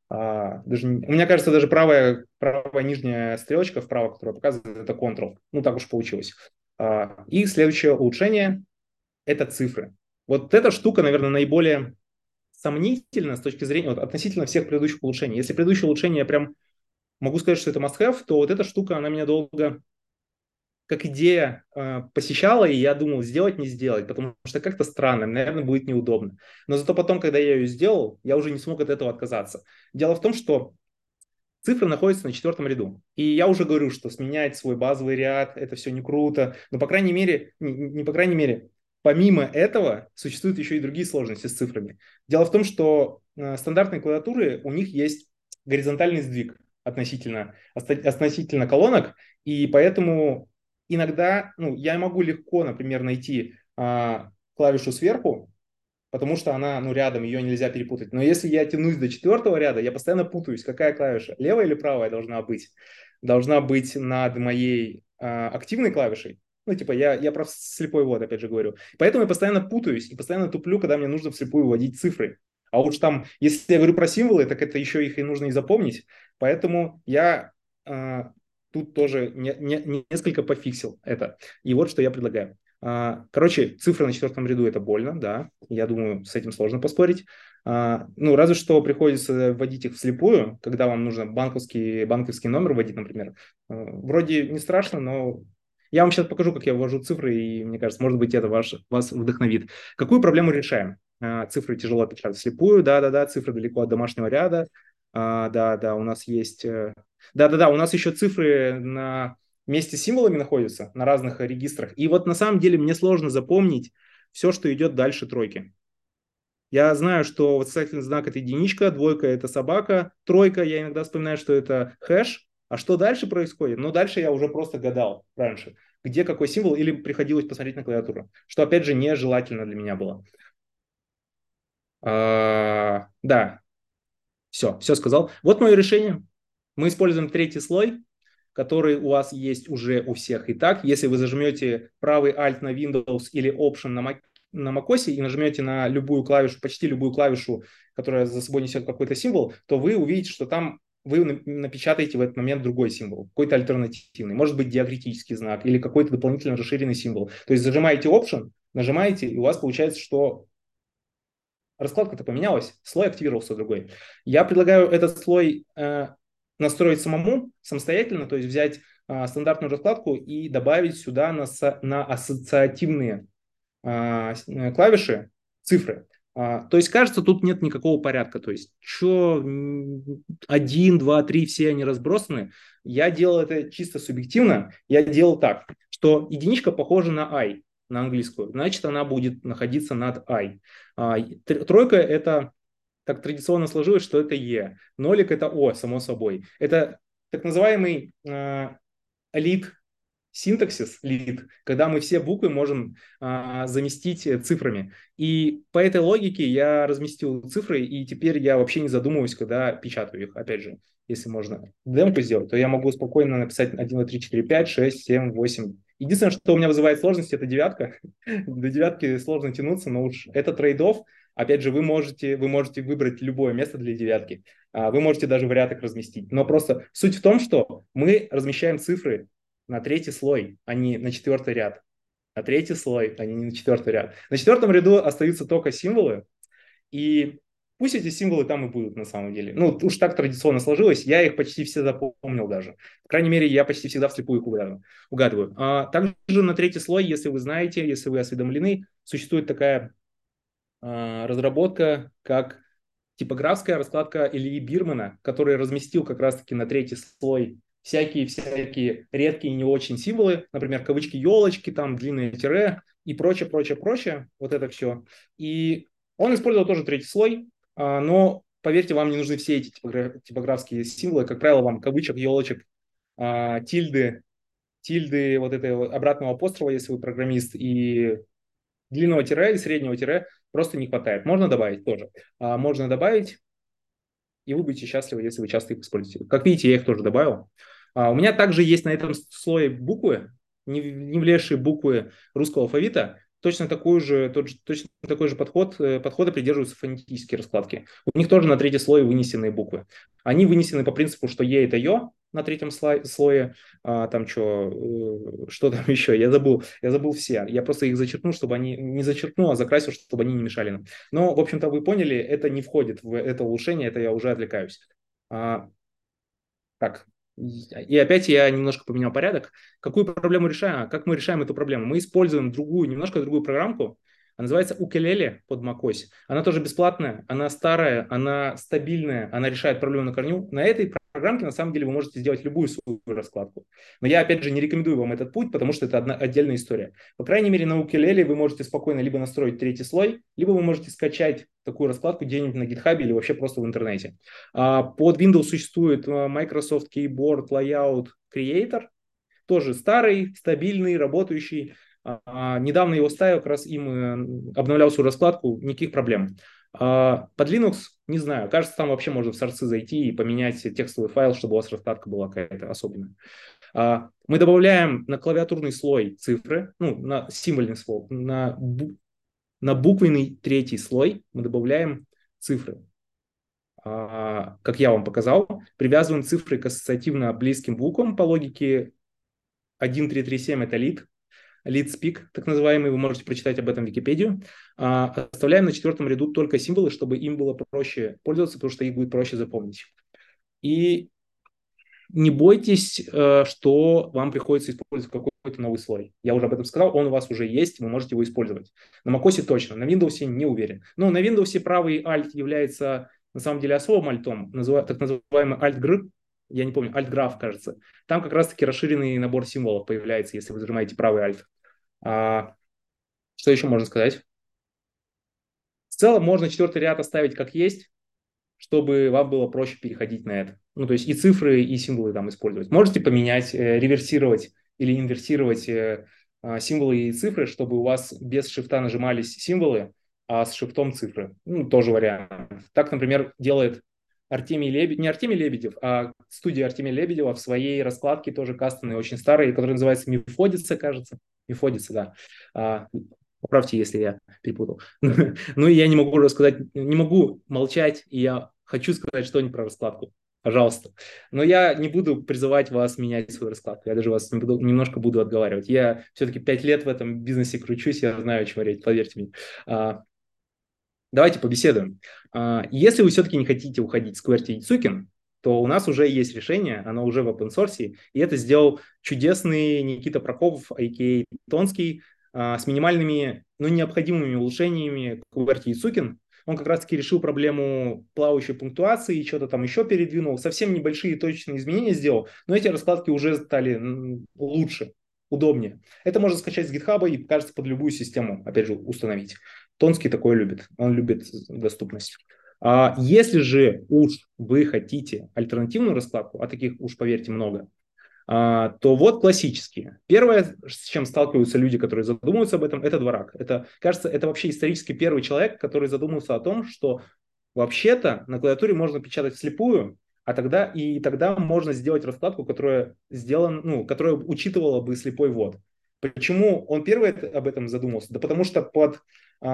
У меня кажется, даже правая нижняя стрелочка вправо, которая показывает, это Ctrl. Так уж получилось. И следующее улучшение – это цифры. Вот эта штука, наверное, наиболее сомнительна с точки зрения относительно всех предыдущих улучшений. Если предыдущие улучшения я прям могу сказать, что это must-have, то вот эта штука, она меня долго как идея посещала, и я думал, сделать, не сделать, потому что как-то странно, наверное, будет неудобно. Но зато потом, когда я ее сделал, я уже не смог от этого отказаться. Дело в том, что цифры находятся на 4-м ряду. И я уже говорю, что сменять свой базовый ряд, это все не круто. Но, по крайней мере, не по крайней мере, помимо этого, существуют еще и другие сложности с цифрами. Дело в том, что стандартные клавиатуры, у них есть горизонтальный сдвиг относительно колонок, и поэтому иногда я могу легко, например, найти клавишу сверху, потому что она рядом, ее нельзя перепутать. Но если я тянусь до 4-го ряда, я постоянно путаюсь, какая клавиша, левая или правая должна быть. Должна быть над моей активной клавишей. Я про слепой ввод, опять же, говорю. Поэтому я постоянно путаюсь и постоянно туплю, когда мне нужно вслепую вводить цифры. А уж там, если я говорю про символы, так это еще их и нужно и запомнить. Поэтому я тут тоже несколько пофиксил это. И вот что я предлагаю. Короче, цифры на 4-м ряду — это больно, да. Я думаю, с этим сложно поспорить. Разве что приходится вводить их вслепую, когда вам нужно банковский номер вводить, например. Вроде не страшно, но я вам сейчас покажу, как я ввожу цифры, и мне кажется, может быть, это вас вдохновит. Какую проблему решаем? Цифры тяжело печатать вслепую, да-да-да, цифры далеко от домашнего ряда. Да-да, у нас есть... Да-да-да, у нас еще цифры на месте с символами находятся, на разных регистрах. И вот на самом деле мне сложно запомнить все, что идет дальше тройки. Я знаю, что восклицательный знак – это единичка, двойка – это собака, тройка, я иногда вспоминаю, что это хэш. А что дальше происходит? Ну, дальше я уже просто гадал раньше, где какой символ, или приходилось посмотреть на клавиатуру, что, опять же, нежелательно для меня было. Да, все сказал. Вот мое решение. Мы используем третий слой, который у вас есть уже у всех и так. Если вы зажмете правый Alt на Windows или Option на macOS и нажмете на любую клавишу, почти любую клавишу, которая за собой несет какой-то символ, то вы увидите, что там вы напечатаете в этот момент другой символ, какой-то альтернативный. Может быть диакритический знак или какой-то дополнительно расширенный символ. То есть зажимаете Option, нажимаете, и у вас получается, что раскладка-то поменялась, слой активировался другой. Я предлагаю этот слой настроить самостоятельно, то есть взять стандартную раскладку и добавить сюда на ассоциативные клавиши цифры. То есть, кажется, тут нет никакого порядка. То есть, что 1, 2, 3, все они разбросаны. Я делал это чисто субъективно. Я делал так, что единичка похожа на I, на английскую. Значит, она будет находиться над I. Тройка – это так традиционно сложилось, что это Е. Нолик – это О, само собой. Это так называемый лид синтаксис, лид, когда мы все буквы можем заместить цифрами. И по этой логике я разместил цифры, и теперь я вообще не задумываюсь, когда печатаю их. Опять же, если можно демку сделать, то я могу спокойно написать 1, 2, 3, 4, 5, 6, 7, 8. Единственное, что у меня вызывает сложность, это девятка. До девятки сложно тянуться, но уж это трейд-офф. Опять же, вы можете выбрать любое место для девятки. Вы можете даже в ряд их разместить. Но просто суть в том, что мы размещаем цифры на третий слой, а не на четвертый ряд. На третий слой, а не на четвертый ряд. На четвертом ряду остаются только символы, и пусть эти символы там и будут на самом деле. Ну, уж так традиционно сложилось, я их почти все запомнил даже. По крайней мере, я почти всегда вслепую их угадываю. Также на третий слой, если вы знаете, если вы осведомлены, существует такая разработка, как типографская раскладка Ильи Бирмана, который разместил как раз-таки на третий слой всякие редкие и не очень символы, например, кавычки елочки, там длинные тире и прочее, прочее, прочее, вот это все. И он использовал тоже третий слой, но поверьте, вам не нужны все эти типографские символы, как правило, вам кавычек, елочек, тильды, вот этого обратного апострофа, если вы программист, и длинного тире и среднего тире просто не хватает. Можно добавить тоже. Можно добавить, и вы будете счастливы, если вы часто их используете. Как видите, я их тоже добавил. У меня также есть на этом слое буквы, не влезшие буквы русского алфавита. Точно такой же подхода придерживаются фонетические раскладки. У них тоже на третий слой вынесены буквы. Они вынесены по принципу, что Е – это Ё на третьем слое, там что там еще, я забыл все. Я просто их зачеркну, чтобы они, не зачеркну, а закрасил, чтобы они не мешали нам. Но, в общем-то, вы поняли, это не входит в это улучшение, это я уже отвлекаюсь. Так, и опять я немножко поменял порядок. Какую проблему решаем? Как мы решаем эту проблему? Мы используем немножко другую программку. Она называется Ukulele под macOS. Она тоже бесплатная, она старая, она стабильная, она решает проблему на корню. На этой программке на самом деле вы можете сделать любую свою раскладку. Но я опять же не рекомендую вам этот путь, потому что это отдельная история. По крайней мере, на Ukulele вы можете спокойно либо настроить третий слой, либо вы можете скачать такую раскладку где-нибудь на GitHub или вообще просто в интернете. Под Windows существует Microsoft Keyboard Layout Creator, тоже старый, стабильный, работающий. Недавно его ставил, как раз им обновлял свою раскладку, никаких проблем. Под Linux, не знаю, кажется, там вообще можно в сорцы зайти и поменять текстовый файл, чтобы у вас раскладка была какая-то особенная. Мы добавляем на клавиатурный слой цифры, ну, на символьный слой, на буквенный третий слой мы добавляем цифры. Как я вам показал, привязываем цифры к ассоциативно близким буквам по логике 1337 это lead speak, так называемый, вы можете прочитать об этом в Википедию. Оставляем на четвертом ряду только символы, чтобы им было проще пользоваться, потому что их будет проще запомнить. И не бойтесь, что вам приходится использовать какой-то новый слой. Я уже об этом сказал, он у вас уже есть, вы можете его использовать. На macOS точно, на Windows не уверен. Но на Windows правый Alt является на самом деле особым альтом, так называемый Alt-Gr, я не помню, Alt-Graph, кажется. Там как раз-таки расширенный набор символов появляется, если вы зажимаете правый Alt. Что еще можно сказать? С целом можно четвертый ряд оставить как есть, чтобы вам было проще переходить на это. Ну, то есть и цифры, и символы там использовать. Можете поменять, реверсировать или инверсировать символы и цифры, чтобы у вас без шифта нажимались символы, а с шифтом цифры. Ну, тоже вариант. Так, например, делает Артемий Лебедев, не Артемий Лебедев, а студия Артемия Лебедева в своей раскладке, тоже кастомной, очень старой, которая называется Мефодица, кажется. Мефодица, да. Поправьте, если я перепутал. Ну, и я не могу рассказать, не могу молчать, и я хочу сказать что-нибудь про раскладку. Пожалуйста. Но я не буду призывать вас менять свою раскладку. Я даже вас немножко буду отговаривать. Я все-таки 5 лет в этом бизнесе кручусь, я знаю, о чем речь, поверьте мне. Давайте побеседуем. Если вы все-таки не хотите уходить с QWERTY и Цукин, то у нас уже есть решение, оно уже в open source, и это сделал чудесный Никита Прокопов, а.к.а. Тонский, с минимальными, но необходимыми улучшениями QWERTY и Цукин. Он как раз-таки решил проблему плавающей пунктуации, что-то там еще передвинул, совсем небольшие точечные изменения сделал, но эти раскладки уже стали лучше, удобнее. Это можно скачать с GitHub и, кажется, под любую систему, опять же, установить. Тонский такое любит, он любит доступность. Если же уж вы хотите альтернативную раскладку, а таких уж, поверьте, много, то вот классические. Первое, с чем сталкиваются люди, которые задумываются об этом, это Дворак. Это, кажется, это вообще исторически первый человек, который задумался о том, что вообще-то на клавиатуре можно печатать вслепую, тогда можно сделать раскладку, которая которая учитывала бы слепой ввод. Почему он первый об этом задумался? Да потому что под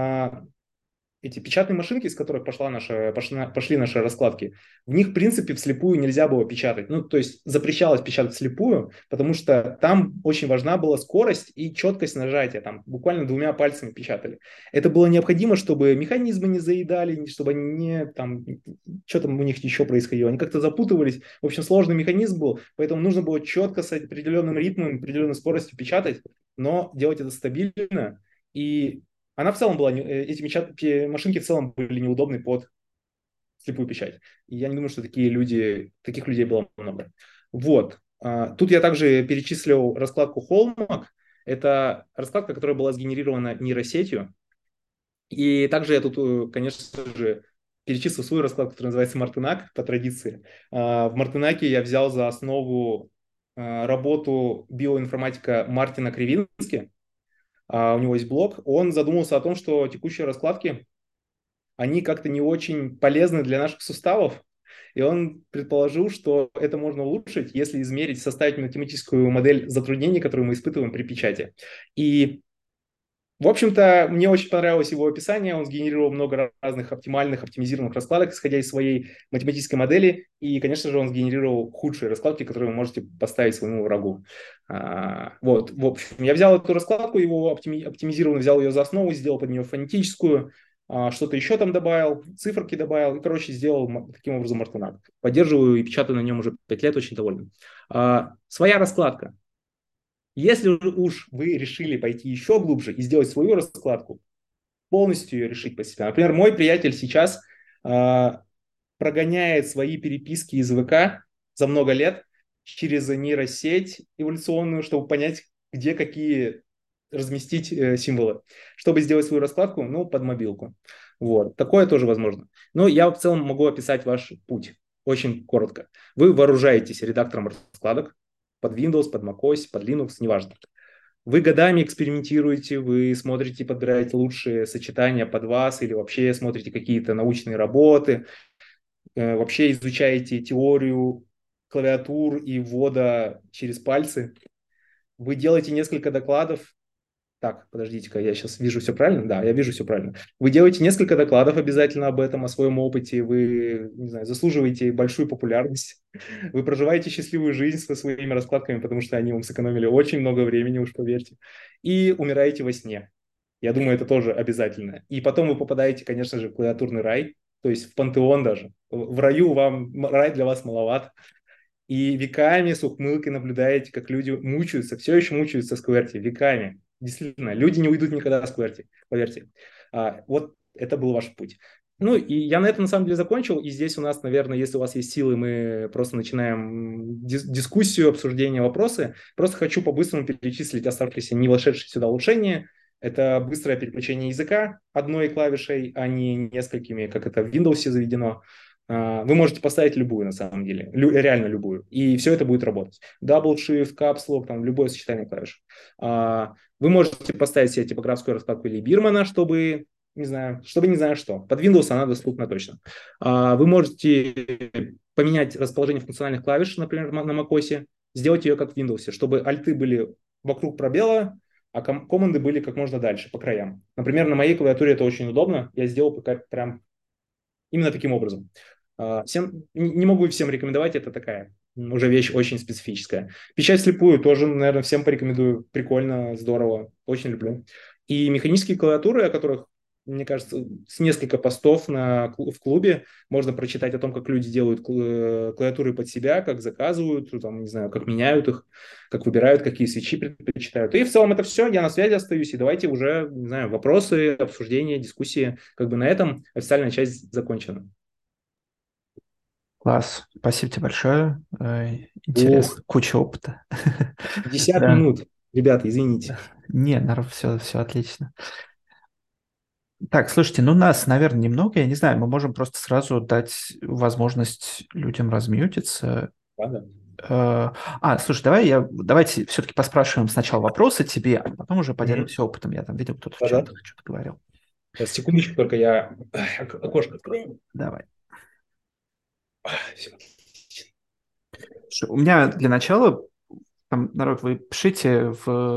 эти печатные машинки, из которых пошли наши раскладки, в них, в принципе, вслепую нельзя было печатать. Ну, то есть запрещалось печатать вслепую, потому что там очень важна была скорость и четкость нажатия. Там буквально 2 пальцами печатали. Это было необходимо, чтобы механизмы не заедали, чтобы они что там у них еще происходило. Они как-то запутывались. В общем, сложный механизм был, поэтому нужно было четко с определенным ритмом, определенной скоростью печатать, но делать это стабильно. И она в целом была, эти машинки в целом были неудобны под слепую печать. И я не думаю, что таких людей было много. Вот. Тут я также перечислил раскладку Hallmark. Это раскладка, которая была сгенерирована нейросетью. И также я тут, конечно же, перечислил свою раскладку, которая называется Мартынак по традиции. В Мартынаке я взял за основу работу биоинформатика Мартина Кривински. У него есть блог. Он задумался о том, что текущие раскладки, они как-то не очень полезны для наших суставов. И он предположил, что это можно улучшить, если измерить, составить математическую модель затруднений, которые мы испытываем при печати. И в общем-то, мне очень понравилось его описание. Он сгенерировал много разных оптимизированных раскладок, исходя из своей математической модели. И, конечно же, он сгенерировал худшие раскладки, которые вы можете поставить своему врагу. Вот, в общем, я взял эту раскладку, его оптимизированную, взял ее за основу, сделал под нее фонетическую, что-то еще там добавил, циферки добавил, и, короче, сделал таким образом Мартынак. Поддерживаю и печатаю на нем уже 5 лет, очень доволен. Своя раскладка. Если уж вы решили пойти еще глубже и сделать свою раскладку, полностью ее решить по себе. Например, мой приятель сейчас прогоняет свои переписки из ВК за много лет через нейросеть эволюционную, чтобы понять, где какие разместить символы, чтобы сделать свою раскладку, под мобилку. Вот. Такое тоже возможно. Но я в целом могу описать ваш путь очень коротко. Вы вооружаетесь редактором раскладок, под Windows, под macOS, под Linux, неважно. Вы годами экспериментируете, вы смотрите, подбираете лучшие сочетания под вас или вообще смотрите какие-то научные работы, вообще изучаете теорию клавиатур и ввода через пальцы. Вы делаете несколько докладов. Так, подождите-ка, я сейчас вижу все правильно? Да, я вижу все правильно. Вы делаете несколько докладов обязательно об этом, о своем опыте. Вы, не знаю, заслуживаете большую популярность. Вы проживаете счастливую жизнь со своими раскладками, потому что они вам сэкономили очень много времени, уж поверьте. И умираете во сне. Я думаю, это тоже обязательно. И потом вы попадаете, конечно же, в клавиатурный рай, то есть в пантеон даже. В раю рай для вас маловат. И веками с ухмылкой наблюдаете, как люди мучаются, все еще мучаются с QWERTY, веками. Действительно, люди не уйдут никогда с QWERTY, поверьте. Вот это был ваш путь. Ну, и я на этом, на самом деле, закончил. И здесь у нас, наверное, если у вас есть силы, мы просто начинаем дискуссию, обсуждение, вопросы. Просто хочу по-быстрому перечислить оставшиеся не вошедшие сюда улучшения. Это быстрое переключение языка одной клавишей, а не несколькими, как это в Windows заведено. Вы можете поставить любую, на самом деле, реально любую, и все это будет работать. Double Shift, Caps Lock, там любое сочетание клавиш. Вы можете поставить себе типографскую раскладку или Бирмана, чтобы не знаю что. Под Windows она доступна точно. Вы можете поменять расположение функциональных клавиш, например, на macOS, сделать ее как в Windows, чтобы альты были вокруг пробела, а команды были как можно дальше, по краям. Например, на моей клавиатуре это очень удобно. Я сделал пока прям именно таким образом. Не могу всем рекомендовать, это такая уже вещь очень специфическая. Печать слепую тоже, наверное, всем порекомендую. Прикольно, здорово, очень люблю. И механические клавиатуры, о которых, мне кажется, с несколько постов в клубе можно прочитать о том, как люди делают клавиатуры под себя, как заказывают, там, не знаю, как меняют их, как выбирают, какие свечи предпочитают. И в целом это все, я на связи остаюсь, и давайте уже, не знаю, вопросы, обсуждения, дискуссии. Как бы на этом официальная часть закончена. Класс. Спасибо тебе большое. Ух, Интересно. Куча опыта. 50 Да. минут. Ребята, извините. Не, все отлично. Так, слушайте, ну нас, наверное, немного, я не знаю, мы можем просто сразу дать возможность людям размьютиться. Ладно. Слушай, давайте все-таки поспрашиваем сначала вопросы тебе, а потом уже поделимся опытом. Я там видел, кто-то в Да-да. чатах что-то говорил. Сейчас, секундочку, только я окошко открою. Давай. Все. Слушай, у меня для начала, там, народ, вы пишите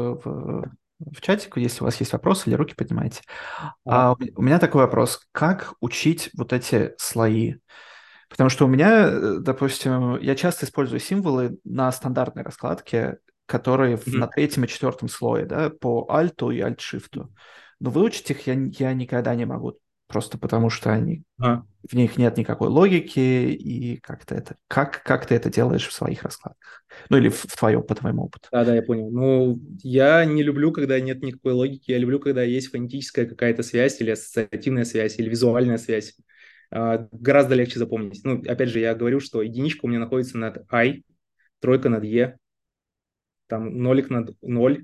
в чатику, если у вас есть вопросы или руки поднимайте. Ага. У меня такой вопрос. Как учить вот эти слои? Потому что у меня, допустим, я часто использую символы на стандартной раскладке, которые на Мгм. третьем и четвертом слое, да, по альту и альт-шифту. Но выучить их я никогда не могу, просто потому что Ага. в них нет никакой логики, и как ты это делаешь в своих раскладках? Ну или по твоему опыту. Да-да, я понял. Ну, я не люблю, когда нет никакой логики. Я люблю, когда есть фонетическая какая-то связь или ассоциативная связь, или визуальная связь. Гораздо легче запомнить. Ну, опять же, я говорю, что единичка у меня находится над I, тройка над E, там нолик над 0.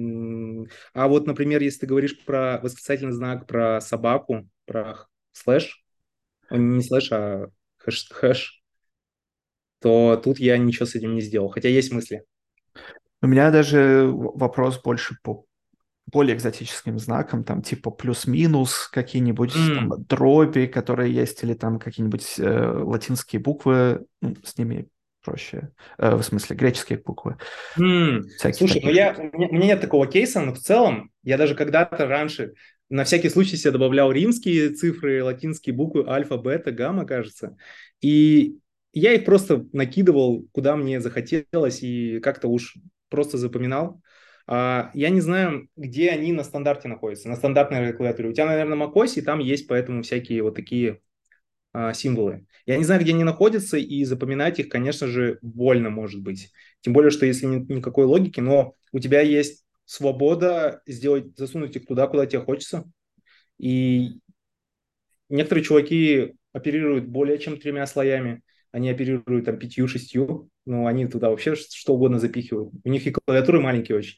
А вот, например, если ты говоришь про восклицательный знак, про собаку, про слэш, не слэш, а хэш, то тут я ничего с этим не сделал, хотя есть мысли. У меня даже вопрос больше по более экзотическим знакам, там типа плюс-минус, какие-нибудь там М, дроби, которые есть, или там какие-нибудь латинские буквы, ну, с ними проще, в смысле греческие буквы, всякие Слушай, ну такие штуки. у меня нет такого кейса, но в целом я даже когда-то раньше на всякий случай себе добавлял римские цифры, латинские буквы, альфа, бета, гамма, кажется. И я их просто накидывал, куда мне захотелось, и как-то уж просто запоминал. Я не знаю, где они на стандарте находятся, на стандартной клавиатуре. У тебя, наверное, macOS, и там есть поэтому всякие вот такие символы. Я не знаю, где они находятся, и запоминать их, конечно же, больно может быть. Тем более, что если нет никакой логики, но у тебя есть свобода сделать, засунуть их туда, куда тебе хочется. И некоторые чуваки оперируют более чем тремя слоями, они оперируют там пятью, шестью, но они туда вообще что угодно запихивают. У них и клавиатуры маленькие очень.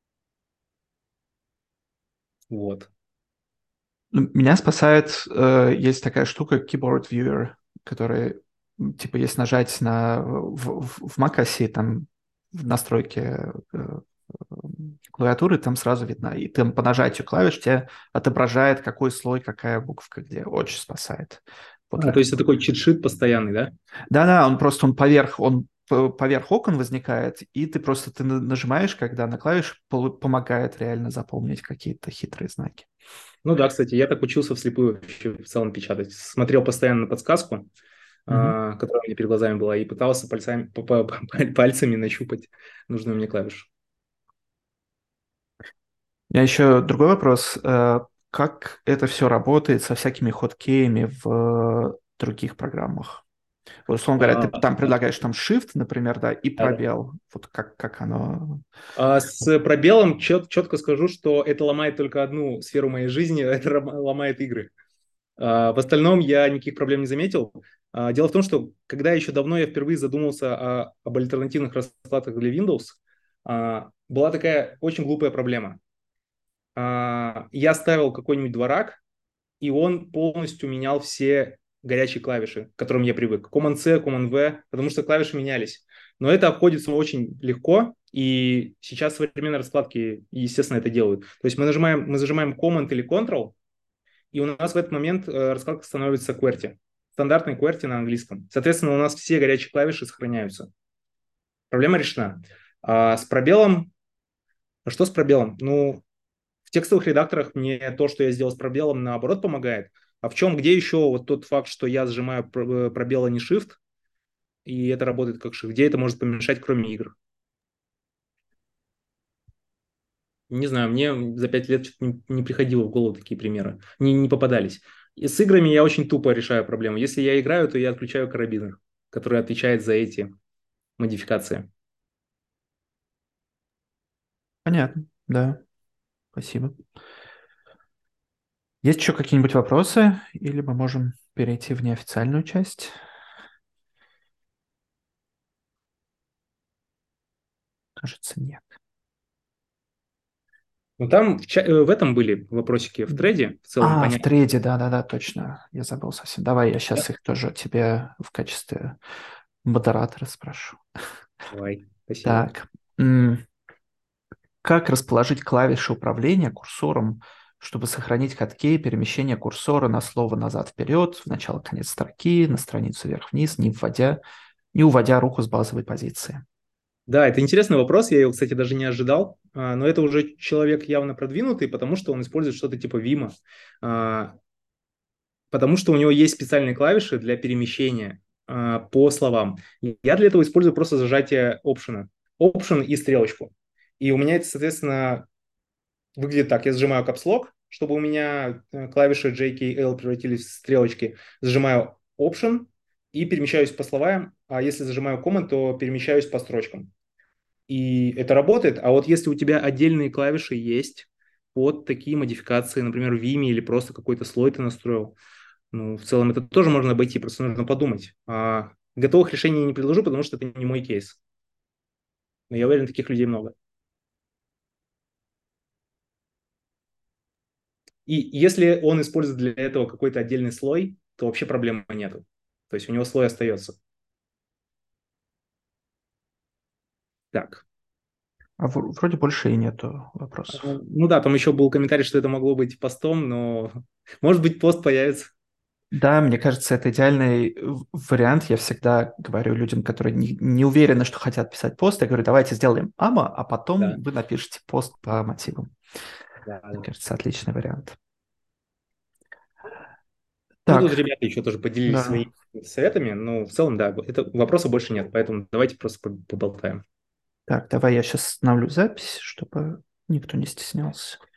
Вот. Ну, меня спасает, есть такая штука Keyboard Viewer, которая, типа, если нажать в macOS, там в настройке клавиатуры, там сразу видно. И там по нажатию клавиш тебе отображает, какой слой, какая буковка где. Очень спасает. Вот в То этом. есть это такой чит-шит постоянный, да? Да-да, он поверх окон возникает, и ты нажимаешь, когда на клавиш помогает реально запомнить какие-то хитрые знаки. Ну да, кстати, я так учился вслепую вообще в целом печатать. Смотрел постоянно на подсказку, Мгм. которая у меня перед глазами была, и пытался пальцами нащупать нужную мне клавишу. У меня еще другой вопрос. Как это все работает со всякими хоткеями в других программах? Вот, условно говоря, ты А, там предлагаешь там Shift, например, да, и да, да. пробел. Вот как оно... С пробелом четко скажу, что это ломает только одну сферу моей жизни, это ломает игры. В остальном я никаких проблем не заметил. Дело в том, что когда еще давно я впервые задумался об альтернативных раскладках для Windows, была такая очень глупая проблема. я ставил какой-нибудь дворак, и он полностью менял все горячие клавиши, к которым я привык. Command-C, Command-V, потому что клавиши менялись. Но это обходится очень легко, и сейчас современные раскладки, естественно, это делают. То есть мы зажимаем Command или Ctrl, и у нас в этот момент раскладка становится QWERTY. Стандартный QWERTY на английском. Соответственно, у нас все горячие клавиши сохраняются. Проблема решена. С пробелом... Что с пробелом? Ну, в текстовых редакторах мне то, что я сделал с пробелом, наоборот, помогает. А в чем, где еще вот тот факт, что я сжимаю пробел, а не shift, и это работает как shift, где это может помешать, кроме игр? Не знаю, мне за 5 лет что-то не приходило в голову такие примеры, не попадались. И с играми я очень тупо решаю проблему. Если я играю, то я отключаю карабинер, который отвечает за эти модификации. Понятно, да, спасибо. Есть еще какие-нибудь вопросы? Или мы можем перейти в неофициальную часть? Кажется, нет. Но там в этом были вопросики в треде, в целом В понятно. трейде, да-да-да, точно. Я забыл совсем. Давай я сейчас их тоже тебе в качестве модератора спрошу. Давай, спасибо. Так, как расположить клавиши управления курсором, чтобы сохранить ходки перемещения курсора на слово назад-вперед, в начало-конец строки, на страницу вверх-вниз, не уводя руку с базовой позиции? Да, это интересный вопрос, я его, кстати, даже не ожидал, но это уже человек явно продвинутый, потому что он использует что-то типа Вима, потому что у него есть специальные клавиши для перемещения по словам. Я для этого использую просто зажатие Option и стрелочку. И у меня это, соответственно, выглядит так. Я сжимаю Caps Lock, чтобы у меня клавиши J, K, L превратились в стрелочки. Зажимаю Option и перемещаюсь по словам, а если зажимаю Command, то перемещаюсь по строчкам. И это работает. А вот если у тебя отдельные клавиши есть под такие модификации, например, в Vime или просто какой-то слой ты настроил, ну, в целом это тоже можно обойти, просто нужно подумать. Готовых решений не предложу, потому что это не мой кейс. Но я уверен, таких людей много. И если он использует для этого какой-то отдельный слой, то вообще проблемы нету. То есть у него слой остается. Так. Вроде больше и нету вопросов. Ну да, там еще был комментарий, что это могло быть постом, но может быть пост появится. Да, мне кажется, это идеальный вариант. Я всегда говорю людям, которые не уверены, что хотят писать пост, я говорю, давайте сделаем АМА, а потом Да, вы напишите пост по мотивам. да, Мне да. кажется, отличный вариант. Ну, тут Так, ребята еще тоже поделились да. своими советами, но в целом, да, это вопроса больше нет, поэтому давайте просто поболтаем. Так, давай я сейчас остановлю запись, чтобы никто не стеснялся.